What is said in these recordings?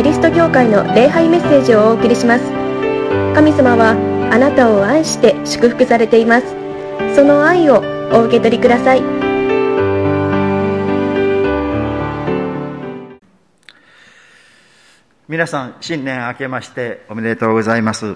リスト教会の礼拝メッセージをお送りします。神様はあなたを愛して祝福されています。その愛をお受け取りください。 皆さん、新年明けましておめでとうございます。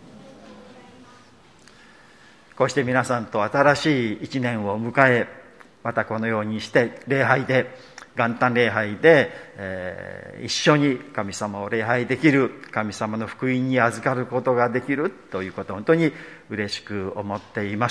こうして皆さんと新しい一年を迎え、またこのようにして礼拝で、元旦礼拝で、一緒に神様を礼拝できる、神様の福音に預かることができるということを本当に嬉しく思っています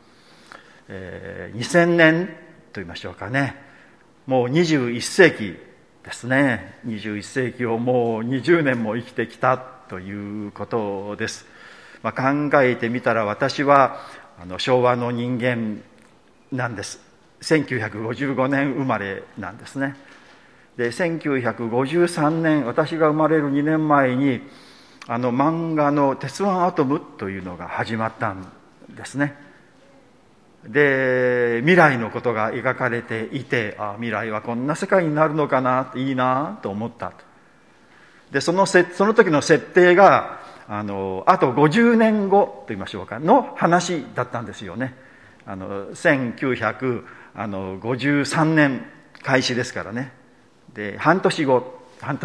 。2000年と言いましょうかね、もう21世紀ですね。21世紀をもう20年も生きてきたということです。考えてみたら私は昭和の人間なんです。1955年生まれなんですね。で、1953年、私が生まれる2年前に漫画の鉄腕アトムというのが始まったんですね。で、未来のことが描かれていて、未来はこんな世界になるのかな、いいなと思ったと。で、その時の設定があと50年後と言いましょうかの話だったんですよね。1953年開始ですからね。で、半世紀後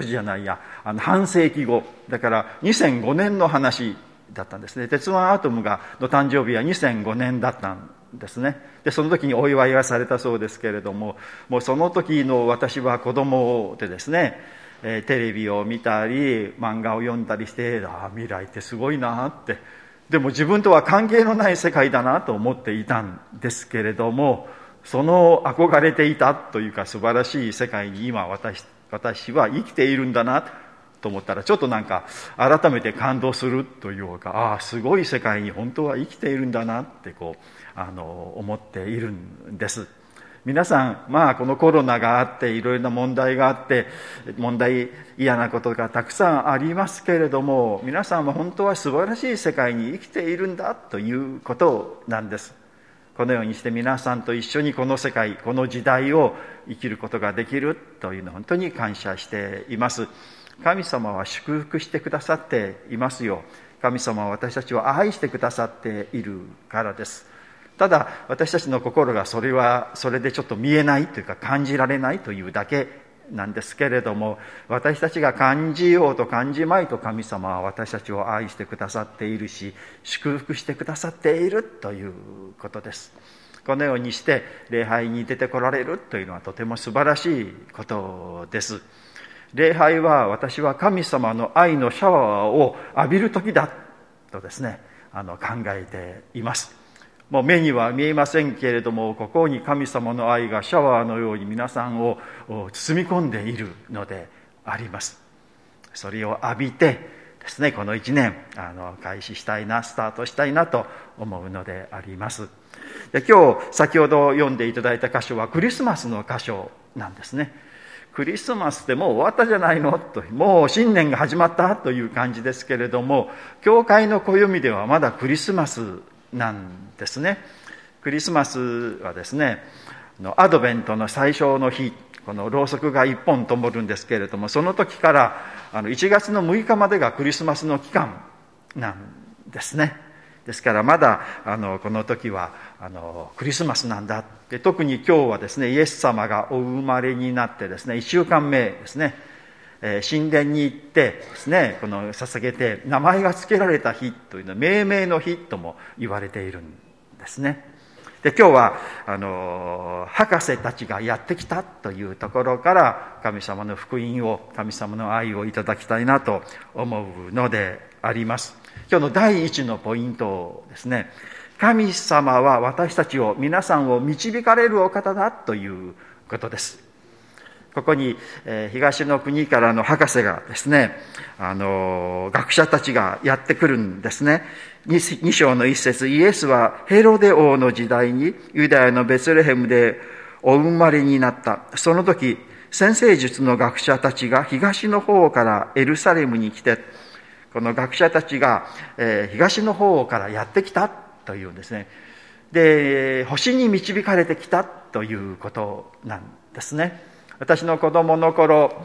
だから2005年の話だったんですね。鉄腕アトムの誕生日は2005年だったんですね。で、その時にお祝いがされたそうですけれども、もうその時の私は子供でですね、テレビを見たり漫画を読んだりして、未来ってすごいなって、でも自分とは関係のない世界だなと思っていたんですけれども、その憧れていたというか素晴らしい世界に今私は生きているんだなと思ったら、ちょっと改めて感動するというか、すごい世界に本当は生きているんだなって思っているんです。皆さん、このコロナがあっていろいろな問題があって、嫌なことがたくさんありますけれども、皆さんは本当は素晴らしい世界に生きているんだということなんです。このようにして皆さんと一緒にこの世界、この時代を生きることができるというのを本当に感謝しています。神様は祝福してくださっていますよ。神様は私たちを愛してくださっているからです。ただ私たちの心がそれでちょっと見えないというか感じられないというだけなんですけれども、私たちが感じようと感じまいと神様は私たちを愛してくださっているし、祝福してくださっているということです。このようにして礼拝に出てこられるというのはとても素晴らしいことです。礼拝は私は神様の愛のシャワーを浴びる時だとですね、考えています。もう目には見えませんけれども、ここに神様の愛がシャワーのように皆さんを包み込んでいるのであります。それを浴びてですね、この一年開始したいな、スタートしたいなと思うのであります。で、今日先ほど読んでいただいた箇所はクリスマスの箇所なんですね。クリスマスってもう終わったじゃないのと、もう新年が始まったという感じですけれども、教会の暦ではまだクリスマスなんですね。クリスマスはですね、アドベントの最初の日、このろうそくが1本灯るんですけれども、その時から1月の6日までがクリスマスの期間なんですね。ですからまだこの時はクリスマスなんだって。特に今日はですね、イエス様がお生まれになってですね、1週間目ですね、神殿に行ってですね、この捧げて名前が付けられた日というのは命名の日とも言われているんですね。で、今日は博士たちがやってきたというところから神様の福音を、神様の愛をいただきたいなと思うのであります。今日の第一のポイントですね、神様は私たちを、皆さんを導かれるお方だということです。ここに、東の国からの博士がですね、学者たちがやってくるんですね。2章の一節、イエスはヘロデ王の時代にユダヤのベツレヘムでお生まれになった。その時、占星術の学者たちが東の方からエルサレムに来て、この学者たちが、東の方からやってきたというんですね。で、星に導かれてきたということなんですね。私の子供の頃、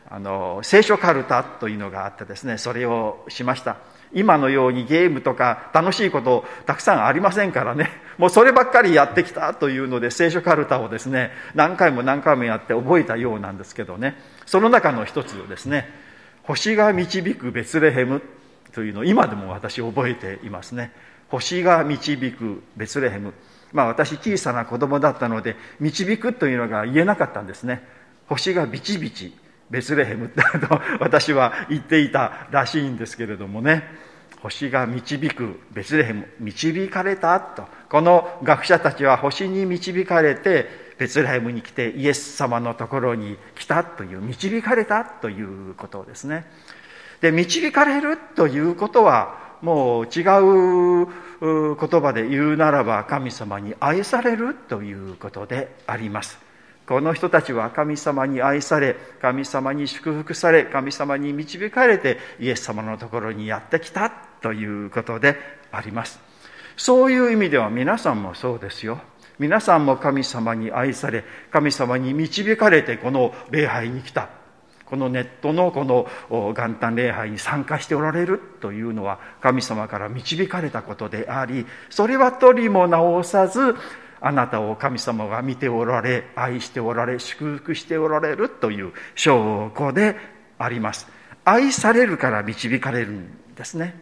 聖書カルタというのがあってですね、それをしました。今のようにゲームとか楽しいことたくさんありませんからね、もうそればっかりやってきたというので、聖書カルタをですね、何回も何回もやって覚えたようなんですけどね、その中の一つをですね、星が導くベツレヘムというのを今でも私覚えていますね。星が導くベツレヘム。私小さな子供だったので、導くというのが言えなかったんですね。星がビチビチベツレヘムと私は言っていたらしいんですけれどもね、星が導くベツレヘム、導かれたと、この学者たちは星に導かれてベツレヘムに来てイエス様のところに来たという、導かれたということですね。で、導かれるということはもう違う言葉で言うならば、神様に愛されるということであります。この人たちは神様に愛され、神様に祝福され、神様に導かれてイエス様のところにやってきたということであります。そういう意味では皆さんもそうですよ。皆さんも神様に愛され、神様に導かれてこの礼拝に来た。このネットのこの元旦礼拝に参加しておられるというのは神様から導かれたことであり、それは取りも直さず、あなたを神様が見ておられ、愛しておられ、祝福しておられるという証拠であります。愛されるから導かれるんですね。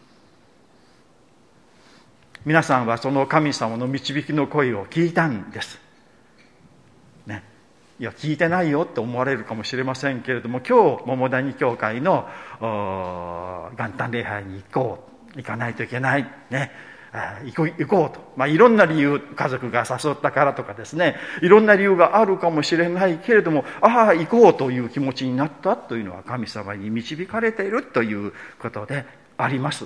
皆さんはその神様の導きの声を聞いたんです。ね。いや、聞いてないよって思われるかもしれませんけれども、今日、桃谷教会の元旦礼拝に行かないといけない。ね。行こうと。いろんな理由、家族が誘ったからとかですね、いろんな理由があるかもしれないけれども、行こうという気持ちになったというのは神様に導かれているということであります。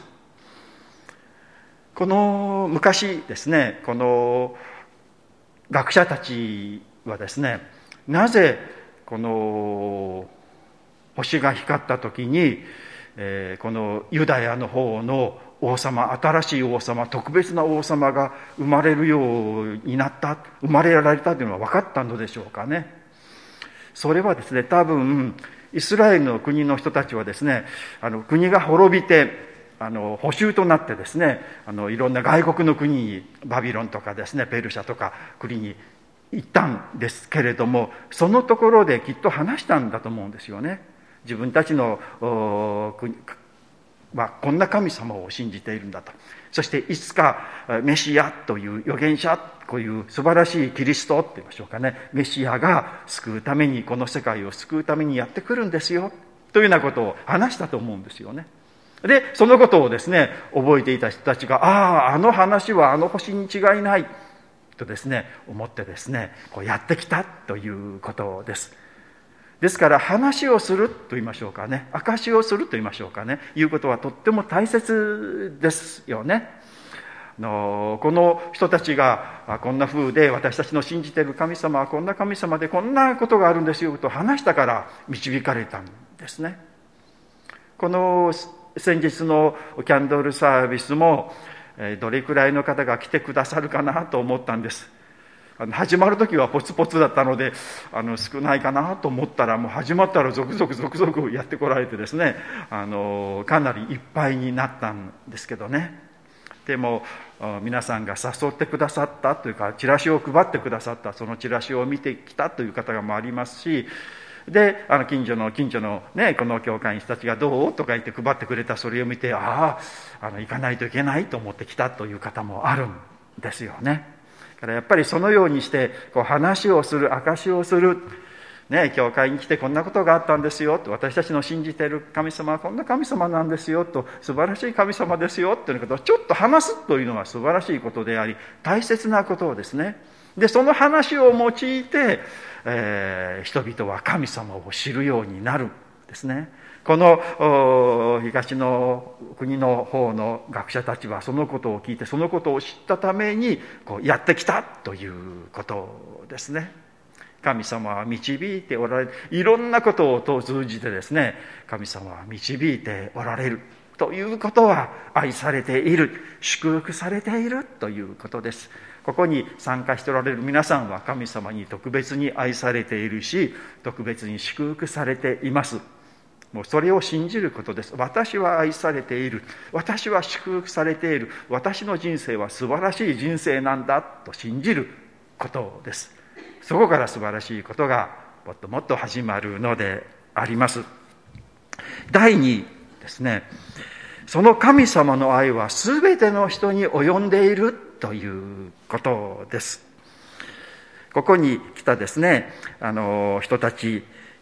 この昔ですね、この学者たちはですね、なぜこの星が光った時に、このユダヤの方の王様、新しい王様、特別な王様が生まれるようになった、生まれられたというのは分かったのでしょうかね。それはですね、多分イスラエルの国の人たちはですね、国が滅びて捕囚となってですね、いろんな外国の国に、バビロンとかですね、ペルシャとか国に行ったんですけれども、そのところできっと話したんだと思うんですよね。自分たちの国こんな神様を信じているんだと。そしていつかメシアという預言者、こういう素晴らしいキリストって言いましょうかね、メシアが救うために、この世界を救うためにやってくるんですよというようなことを話したと思うんですよね。で、そのことをですね、覚えていた人たちが、あの話はあの星に違いないとですね、思ってですね、こうやってきたということです。ですから話をすると言いましょうかね、証しをすると言いましょうかね、いうことはとっても大切ですよね。この人たちがこんな風で、私たちの信じている神様はこんな神様でこんなことがあるんですよと話したから導かれたんですね。この先日のキャンドルサービスもどれくらいの方が来てくださるかなと思ったんです。始まる時はポツポツだったので少ないかなと思ったら、もう始まったら続々やってこられてですね、かなりいっぱいになったんですけどね。でも皆さんが誘ってくださったというか、チラシを配ってくださった、そのチラシを見てきたという方がもありますし、で近所のね、この教会の人たちがどうとか言って配ってくれた、それを見て行かないといけないと思ってきたという方もあるんですよね。だからやっぱりそのようにしてこう話をする、証しをする、ね、教会に来てこんなことがあったんですよと、私たちの信じている神様はこんな神様なんですよと、素晴らしい神様ですよということをちょっと話すというのは素晴らしいことであり、大切なことですね。でその話を用いて、人々は神様を知るようになるんですね。この東の国の方の学者たちはそのことを聞いて、そのことを知ったためにこうやってきたということですね。神様は導いておられる、いろんなことを通じてですね、神様は導いておられるということは、愛されている、祝福されているということです。 ここに参加しておられる皆さんは神様に特別に愛されているし、特別に祝福されています。もうそれを信じることです。私は愛されている、私は祝福されている、私の人生は素晴らしい人生なんだと信じることです。そこから素晴らしいことがもっともっと始まるのであります。第2ですね、その神様の愛はすべての人に及んでいるということです。ここに来たですね、人たち、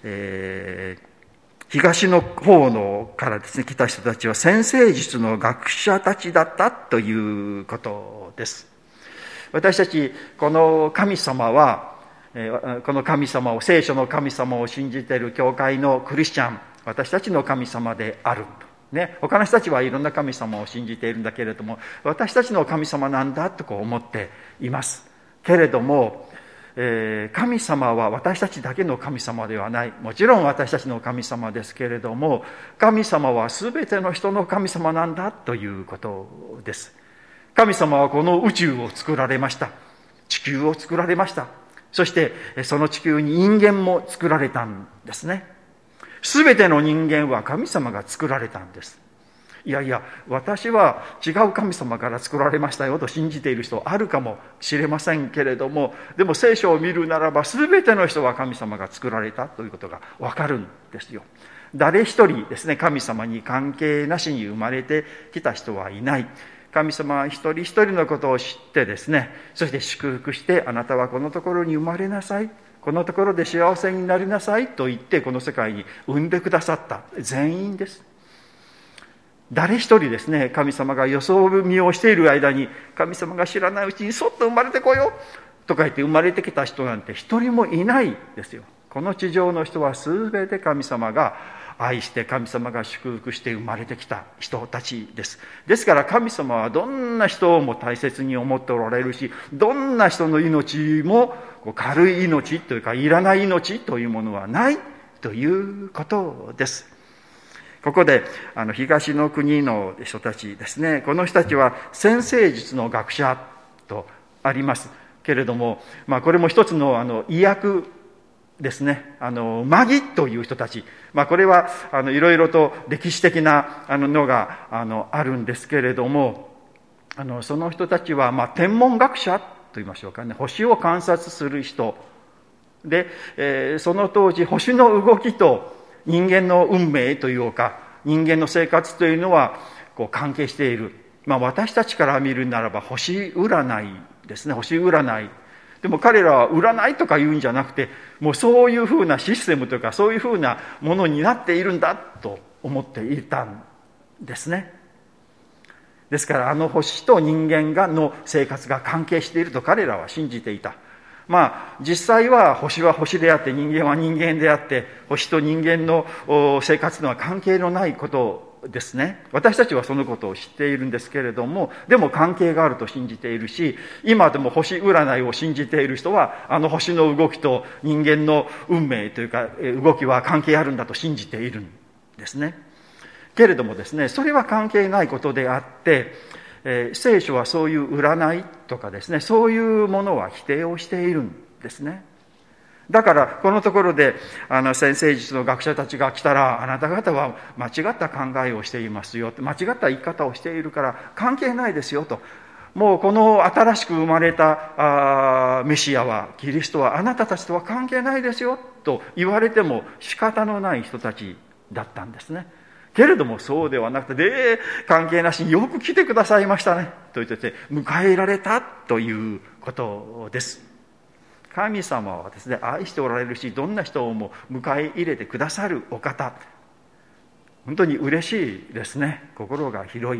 東の方のからですね、来た人たちは占星術の学者たちだったということです。私たち、この神様は、この神様を、聖書の神様を信じている教会のクリスチャン、私たちの神様である。ね、他の人たちはいろんな神様を信じているんだけれども、私たちの神様なんだとこう思っていますけれども、神様は私たちだけの神様ではない。もちろん私たちの神様ですけれども、神様は全ての人の神様なんだということです。神様はこの宇宙を作られました。地球を作られました。そしてその地球に人間も作られたんですね。すべての人間は神様が作られたんです。いやいや、私は違う神様から作られましたよと信じている人あるかもしれませんけれども、でも聖書を見るならばすべての人は神様が作られたということがわかるんですよ。誰一人ですね、神様に関係なしに生まれてきた人はいない。神様は一人一人のことを知ってですね、そして祝福して、あなたはこのところに生まれなさい、このところで幸せになりなさいと言ってこの世界に生んでくださった全員です。誰一人ですね、神様が装みをしている間に、神様が知らないうちにそっと生まれてこようとか言って生まれてきた人なんて一人もいないですよ。この地上の人は全て神様が愛して、神様が祝福して生まれてきた人たちです。ですから神様はどんな人をも大切に思っておられるし、どんな人の命も軽い命というかいらない命というものはないということです。ここで東の国の人たちですね、この人たちは占星術の学者とありますけれども、これも一つの意訳ですね。マギという人たち、これはいろいろと歴史的なのがあるんですけれども、その人たちは天文学者と言いましょうかね、星を観察する人で、その当時星の動きと人間の運命というか人間の生活というのは関係している。私たちから見るならば星占いですね。星占いでも彼らは占いとか言うんじゃなくて、もうそういうふうなシステムというかそういうふうなものになっているんだと思っていたんですね。ですから星と人間の生活が関係していると彼らは信じていた。実際は星は星であって人間は人間であって、星と人間の生活とは関係のないことですね。私たちはそのことを知っているんですけれども、でも関係があると信じているし、今でも星占いを信じている人は星の動きと人間の運命というか動きは関係あるんだと信じているんですね。けれどもですね、それは関係ないことであって、聖書はそういう占いとかですね、そういうものは否定をしているんですね。だからこのところで占星術の学者たちが来たら、あなた方は間違った考えをしていますよ、間違った言い方をしているから関係ないですよと、もうこの新しく生まれたメシアは、キリストはあなたたちとは関係ないですよと言われても仕方のない人たちだったんですね。けれどもそうではなくて、関係なしによく来てくださいましたねと言って迎えられたということです。神様はですね、愛しておられるし、どんな人をも迎え入れてくださるお方、本当に嬉しいですね。心が広い。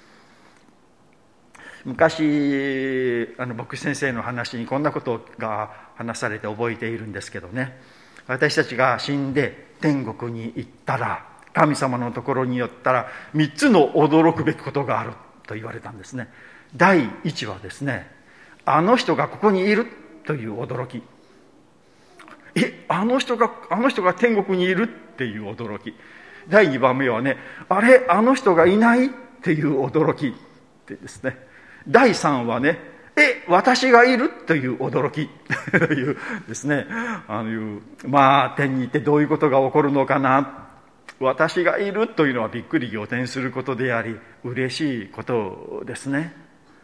昔牧師先生の話にこんなことが話されて覚えているんですけどね、私たちが死んで天国に行ったら、神様のところに寄ったら3つの驚くべきことがあると言われたんですね。第1はですね、あの人がここにいるという驚き。あの人が天国にいるっていう驚き。第2番目はね、あの人がいないっていう驚きってですね。第3はね、 私がいるという驚きというですね、天に行ってどういうことが起こるのかな、私がいるというのはびっくり仰天することであり、嬉しいことですね。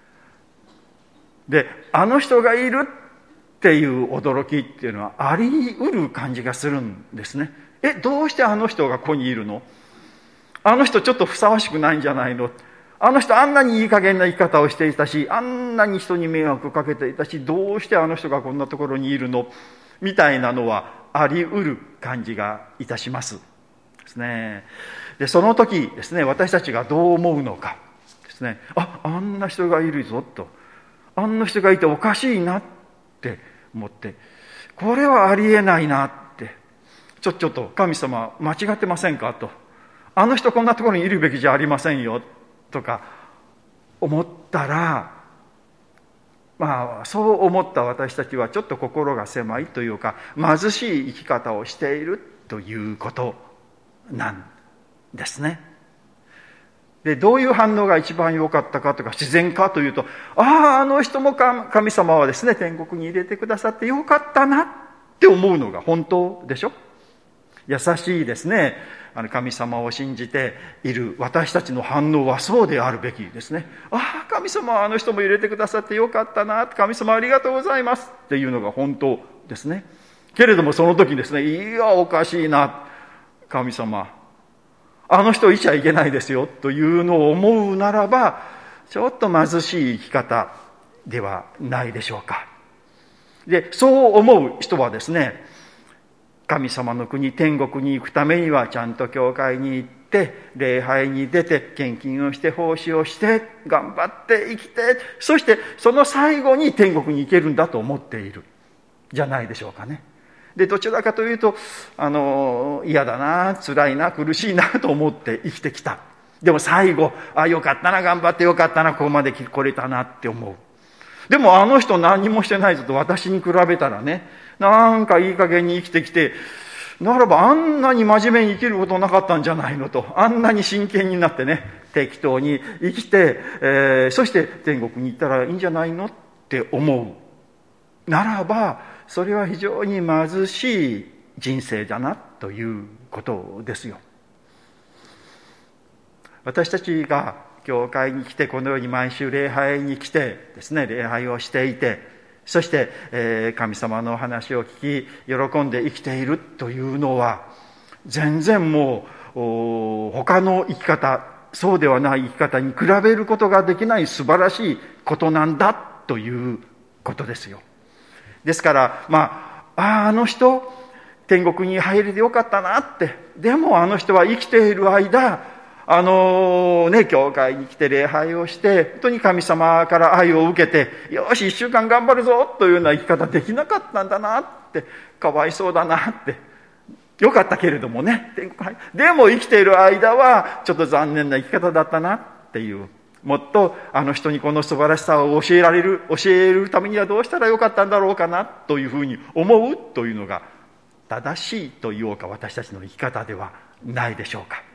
で、あの人がいるっていう驚きっていうのはあり得る感じがするんですね。どうしてあの人がここにいるの？あの人ちょっとふさわしくないんじゃないの？あの人あんなにいい加減な生き方をしていたし、あんなに人に迷惑をかけていたし、どうしてあの人がこんなところにいるの？みたいなのはあり得る感じがいたしますですね。で、その時ですね、私たちがどう思うのかですね。あんな人がいるぞと、あんな人がいておかしいなって思って、これはありえないなって、ちょっと神様間違ってませんかと、あの人こんなところにいるべきじゃありませんよとか思ったら、そう思った私たちはちょっと心が狭いというか、貧しい生き方をしているということなんですね。で、どういう反応が一番良かったかとか自然かというと、あの人も神様はですね、天国に入れてくださってよかったなって思うのが本当でしょ。優しいですね、神様を信じている私たちの反応はそうであるべきですね。神様はあの人も入れてくださってよかったな、神様ありがとうございますっていうのが本当ですね。けれどもその時ですね、いやおかしいな、神様あの人いちゃいけないですよというのを思うならば、ちょっと貧しい生き方ではないでしょうか。で、そう思う人はですね、神様の国天国に行くためにはちゃんと教会に行って礼拝に出て献金をして奉仕をして頑張って生きて、そしてその最後に天国に行けるんだと思っているじゃないでしょうかね。で、どちらかというと嫌だな、辛いな、苦しいなと思って生きてきた。でも最後よかったな、頑張ってよかったな、ここまで来れたなって思う。でもあの人何もしてないぞと私に比べたらね、なんかいい加減に生きてきて、ならばあんなに真面目に生きることなかったんじゃないのと、あんなに真剣になってね、適当に生きて、そして天国に行ったらいいんじゃないのって思うならば、それは非常に貧しい人生だなということですよ。私たちが教会に来て、このように毎週礼拝に来てですね、礼拝をしていて、そして、神様の話を聞き喜んで生きているというのは、全然もう他の生き方、そうではない生き方に比べることができない素晴らしいことなんだということですよ。ですからあの人天国に入れてよかったなって、でもあの人は生きている間教会に来て礼拝をして本当に神様から愛を受けて、よし1週間頑張るぞというような生き方できなかったんだなって、かわいそうだなって、よかったけれどもね、でも生きている間はちょっと残念な生き方だったなっていう、もっとあの人にこの素晴らしさを教えるためにはどうしたらよかったんだろうかなというふうに思うというのが正しいというか私たちの生き方ではないでしょうか。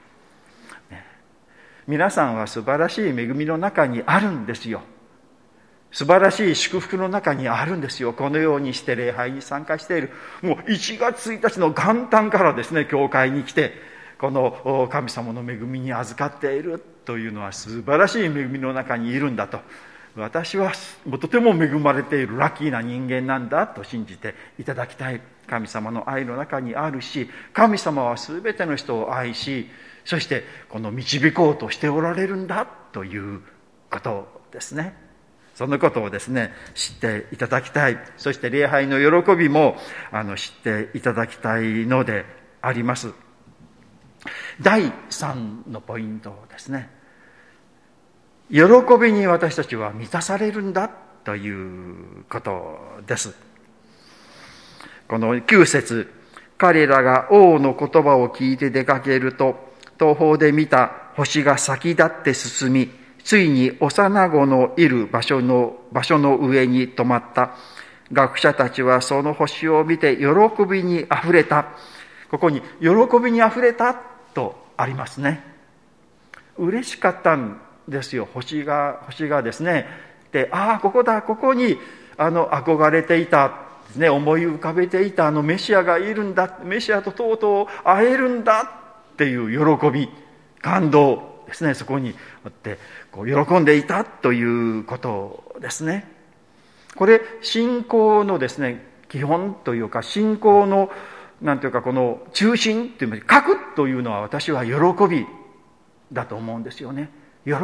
皆さんは素晴らしい恵みの中にあるんですよ。素晴らしい祝福の中にあるんですよ。このようにして礼拝に参加している。もう1月1日の元旦からですね、教会に来てこの神様の恵みに預かっているというのは素晴らしい恵みの中にいるんだと、私はとても恵まれているラッキーな人間なんだと信じていただきたい。神様の愛の中にあるし、神様は全ての人を愛し、そしてこの導こうとしておられるんだということですね。そのことをですね、知っていただきたい。そして礼拝の喜びも知っていただきたいのであります。第3のポイントですね。喜びに私たちは満たされるんだということです。この9節、彼らが王の言葉を聞いて出かけると、東方で見た星が先立って進み、ついに幼子のいる場所の上に止まった。学者たちはその星を見て喜びにあふれた。ここに喜びにあふれたとありますね。嬉しかったんですよ。星がですね、 で、ここだ、ここに憧れていた、ね、思い浮かべていたメシアがいるんだ、メシアととうとう会えるんだっていう喜び、感動ですね、そこにあってこう喜んでいたということですね。これ信仰のですね基本というか、信仰のなんていうか、この中心っていう核というのは、私は喜びだと思うんですよね。喜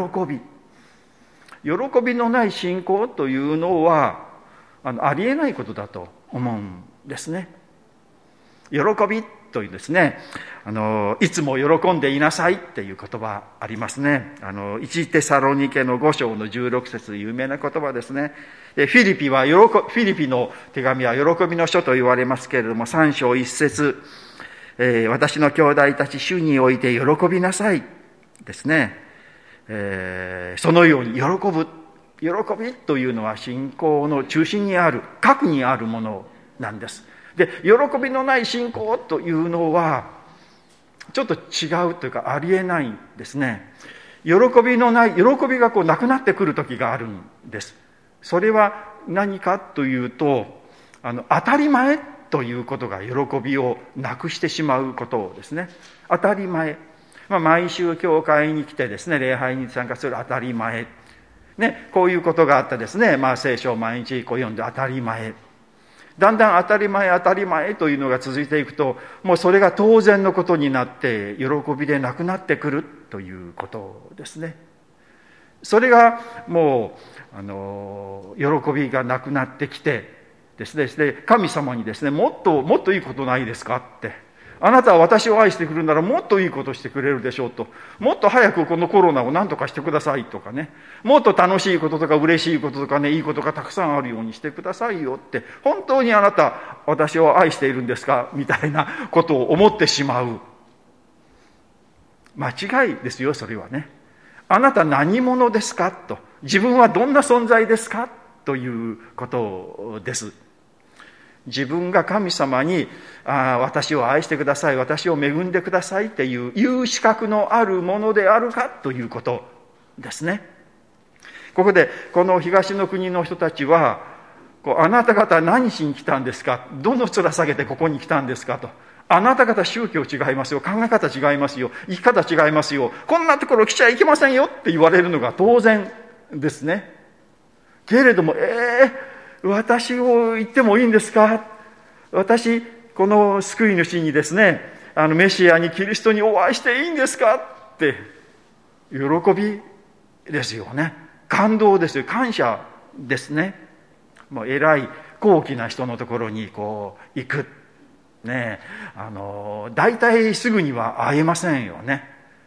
びのない信仰というのはありえないことだと思うんですね。喜びというですね、いつも喜んでいなさいっていう言葉ありますね。1テサロニケの5章の16節、有名な言葉ですね。でフィリピの手紙は喜びの書と言われますけれども、3章1節、私の兄弟たち、主において喜びなさいですね。そのように喜びというのは信仰の中心にある、核にあるものなんです。で、喜びのない信仰というのはちょっと違うというか、ありえないんですね。喜びがなくなってくる時があるんです。それは何かというと、当たり前ということが喜びをなくしてしまうことですね。当たり前、毎週教会に来てですね、礼拝に参加する当たり前ね、こういうことがあったですね。聖書を毎日読んで当たり前。だんだん当たり前というのが続いていくと、もうそれが当然のことになって喜びでなくなってくるということですね。それがもう喜びがなくなってきてですね、神様にですね、もっといいことないですかって、あなたは私を愛してくるならもっといいことしてくれるでしょうと、もっと早くこのコロナを何とかしてくださいとかね、もっと楽しいこととか嬉しいこととかね、いいことがたくさんあるようにしてくださいよって、本当にあなた私を愛しているんですかみたいなことを思ってしまう。間違いですよ、それはね。あなた何者ですかと、自分はどんな存在ですかということです。自分が神様に私を愛してください、私を恵んでくださいっていう資格のあるものであるかということですね。ここでこの東の国の人たちはあなた方何しに来たんですか、どの面下げてここに来たんですかと、あなた方宗教違いますよ、考え方違いますよ、生き方違いますよ、こんなところ来ちゃいけませんよって言われるのが当然ですね。けれども私を言ってもいいんですか、私この救い主にですね、メシアにキリストにお会いしていいんですかって喜びですよね。感動ですよ、感謝ですね。もう偉い高貴な人のところに行くね、大体すぐには会えませんよね。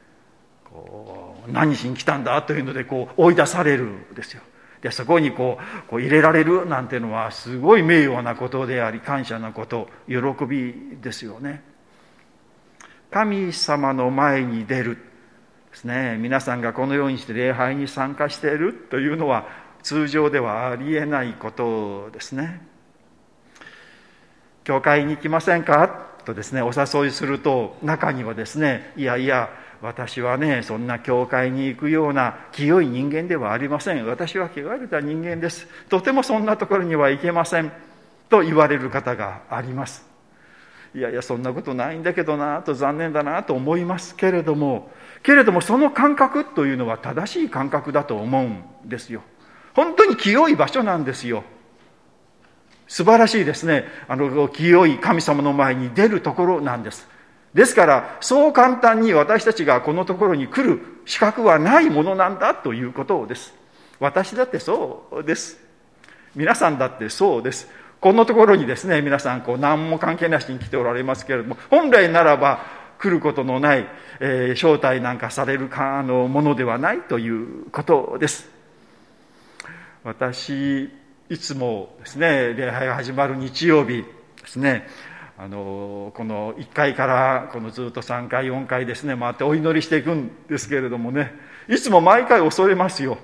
何しに来たんだというので追い出されるですよ。でそこに入れられるなんていうのはすごい名誉なことであり、感謝なこと、喜びですよね。神様の前に出るですね、皆さんがこのようにして礼拝に参加しているというのは通常ではありえないことですね。教会に行きませんかとですねお誘いすると、中にはですね、いや私はね、そんな教会に行くような清い人間ではありません、私は汚れた人間です、とてもそんなところには行けませんと言われる方があります。いやそんなことないんだけどなと、残念だなと思いますけれどもその感覚というのは正しい感覚だと思うんですよ。本当に清い場所なんですよ。素晴らしいですね、清い神様の前に出るところなんです。ですからそう簡単に私たちがこのところに来る資格はないものなんだということです。私だってそうです。皆さんだってそうです。このところにですね、皆さん何も関係なしに来ておられますけれども、本来ならば来ることのない、招待なんかされるものではないということです。私いつもですね、礼拝が始まる日曜日ですね、この1回からずっと3回4回ですね回ってお祈りしていくんですけれどもね、いつも毎回恐れますよ。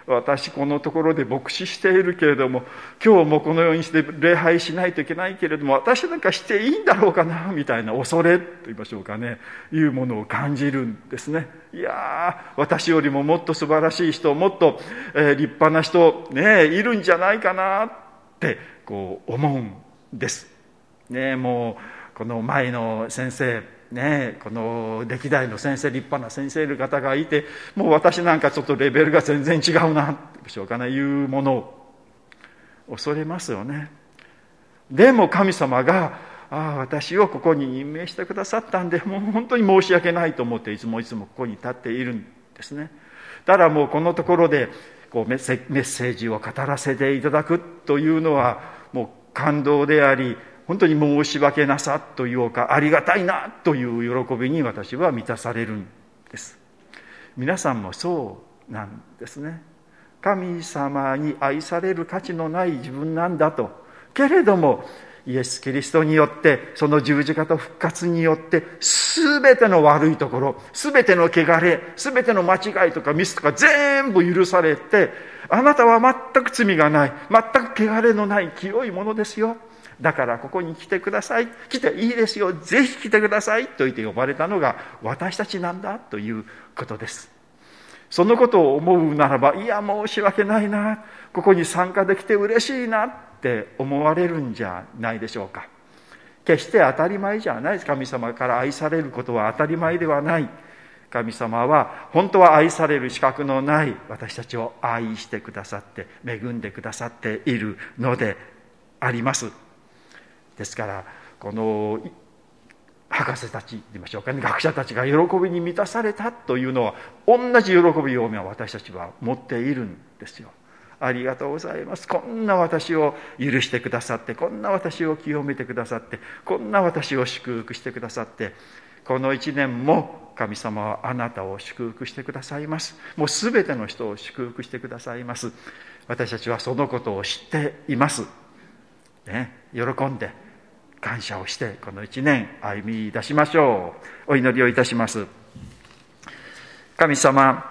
私このところで牧師しているけれども、今日もこのようにして礼拝しないといけないけれども、私なんかしていいんだろうかなみたいな恐れと言いましょうかね、いうものを感じるんですね。いやー、私よりももっと素晴らしい人、もっと、立派な人、ね、いるんじゃないかなってこう思うんです、ね。もうこの前の先生ね、この歴代の先生、立派な先生の方がいて、もう私なんかちょっとレベルが全然違うなでしょうかね、いうものを恐れますよね。でも神様が私をここに任命してくださったんで、もう本当に申し訳ないと思っていつもここに立っているんですね。だからもうこのところでこうメッセージを語らせていただくというのはもう感動であり、本当に申し訳なさというか、ありがたいなという喜びに私は満たされるんです。皆さんもそうなんですね。神様に愛される価値のない自分なんだと。けれどもイエス・キリストによって、その十字架と復活によって、すべての悪いところ、すべての汚れ、すべての間違いとかミスとか全部許されて、あなたは全く罪がない、全く汚れのない清いものですよ。だからここに来てください、来ていいですよ、ぜひ来てくださいと言って呼ばれたのが私たちなんだということです。そのことを思うならば、いや申し訳ないな、ここに参加できて嬉しいなって思われるんじゃないでしょうか。決して当たり前じゃないです。神様から愛されることは当たり前ではない。神様は本当は愛される資格のない私たちを愛してくださって、恵んでくださっているのであります。ですからこの博士たちと言いましょうかね、学者たちが喜びに満たされたというのは、同じ喜びを私たちは持っているんですよ。ありがとうございます。こんな私を許してくださって、こんな私を清めてくださって、こんな私を祝福してくださって、この一年も神様はあなたを祝福してくださいます。もうすべての人を祝福してくださいます。私たちはそのことを知っています、ね、喜んで感謝をしてこの一年歩み出しましょう。お祈りをいたします。神様、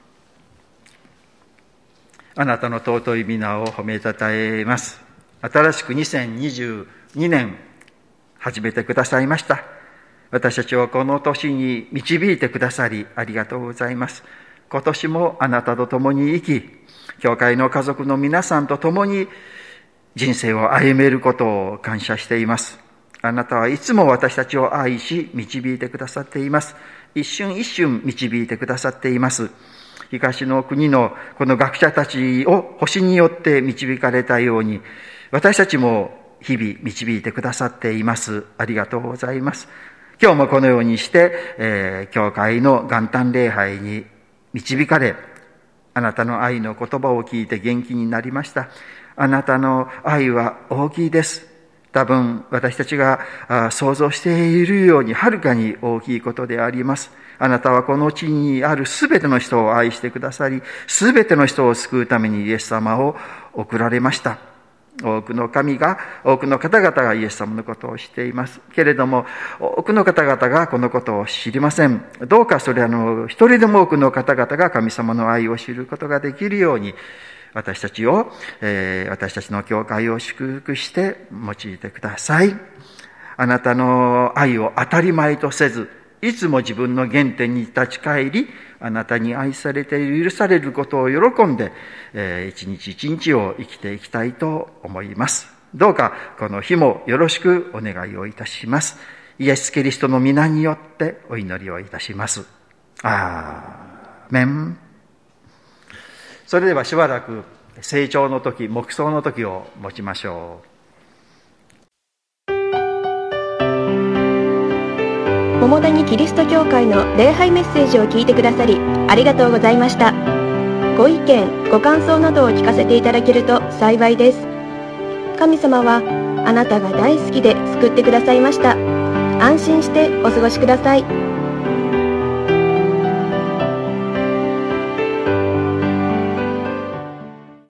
あなたの尊い皆を褒めたたえます。新しく2022年始めてくださいました。私たちをこの年に導いてくださりありがとうございます。今年もあなたと共に生き、教会の家族の皆さんと共に人生を歩めることを感謝しています。あなたはいつも私たちを愛し導いてくださっています。一瞬一瞬導いてくださっています。東の国のこの学者たちを星によって導かれたように、私たちも日々導いてくださっています。ありがとうございます。今日もこのようにして、教会の元旦礼拝に導かれ、あなたの愛の言葉を聞いて元気になりました。あなたの愛は大きいです。多分私たちが想像しているようにはるかに大きいことであります。あなたはこの地にあるすべての人を愛してくださり、すべての人を救うためにイエス様を送られました。多くの方々がイエス様のことを知っていますけれども、多くの方々がこのことを知りません。どうかそれ一人でも多くの方々が神様の愛を知ることができるように、私たちの教会を祝福して用いてください。あなたの愛を当たり前とせず、いつも自分の原点に立ち返り、あなたに愛されて許されることを喜んで、一日一日を生きていきたいと思います。どうかこの日もよろしくお願いをいたします。イエス・キリストの皆によってお祈りをいたします。アーメン。それではしばらく成長の時、黙想の時を持ちましょう。 桃谷キリスト教会の礼拝メッセージを聞いてくださりありがとうございました。ご意見ご感想などを聞かせていただけると幸いです。神様はあなたが大好きで救ってくださいました。安心してお過ごしください。